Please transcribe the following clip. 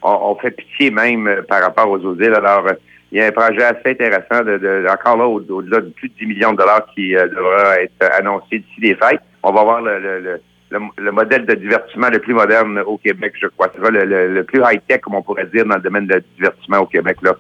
on fait pitié même par rapport aux autres îles. Alors, il y a un projet assez intéressant encore là, au-delà de plus de 10 millions de dollars qui devra être annoncé d'ici les fêtes. On va avoir le modèle de divertissement le plus moderne au Québec, je crois. C'est le plus high-tech, comme on pourrait dire, dans le domaine du divertissement au Québec, là.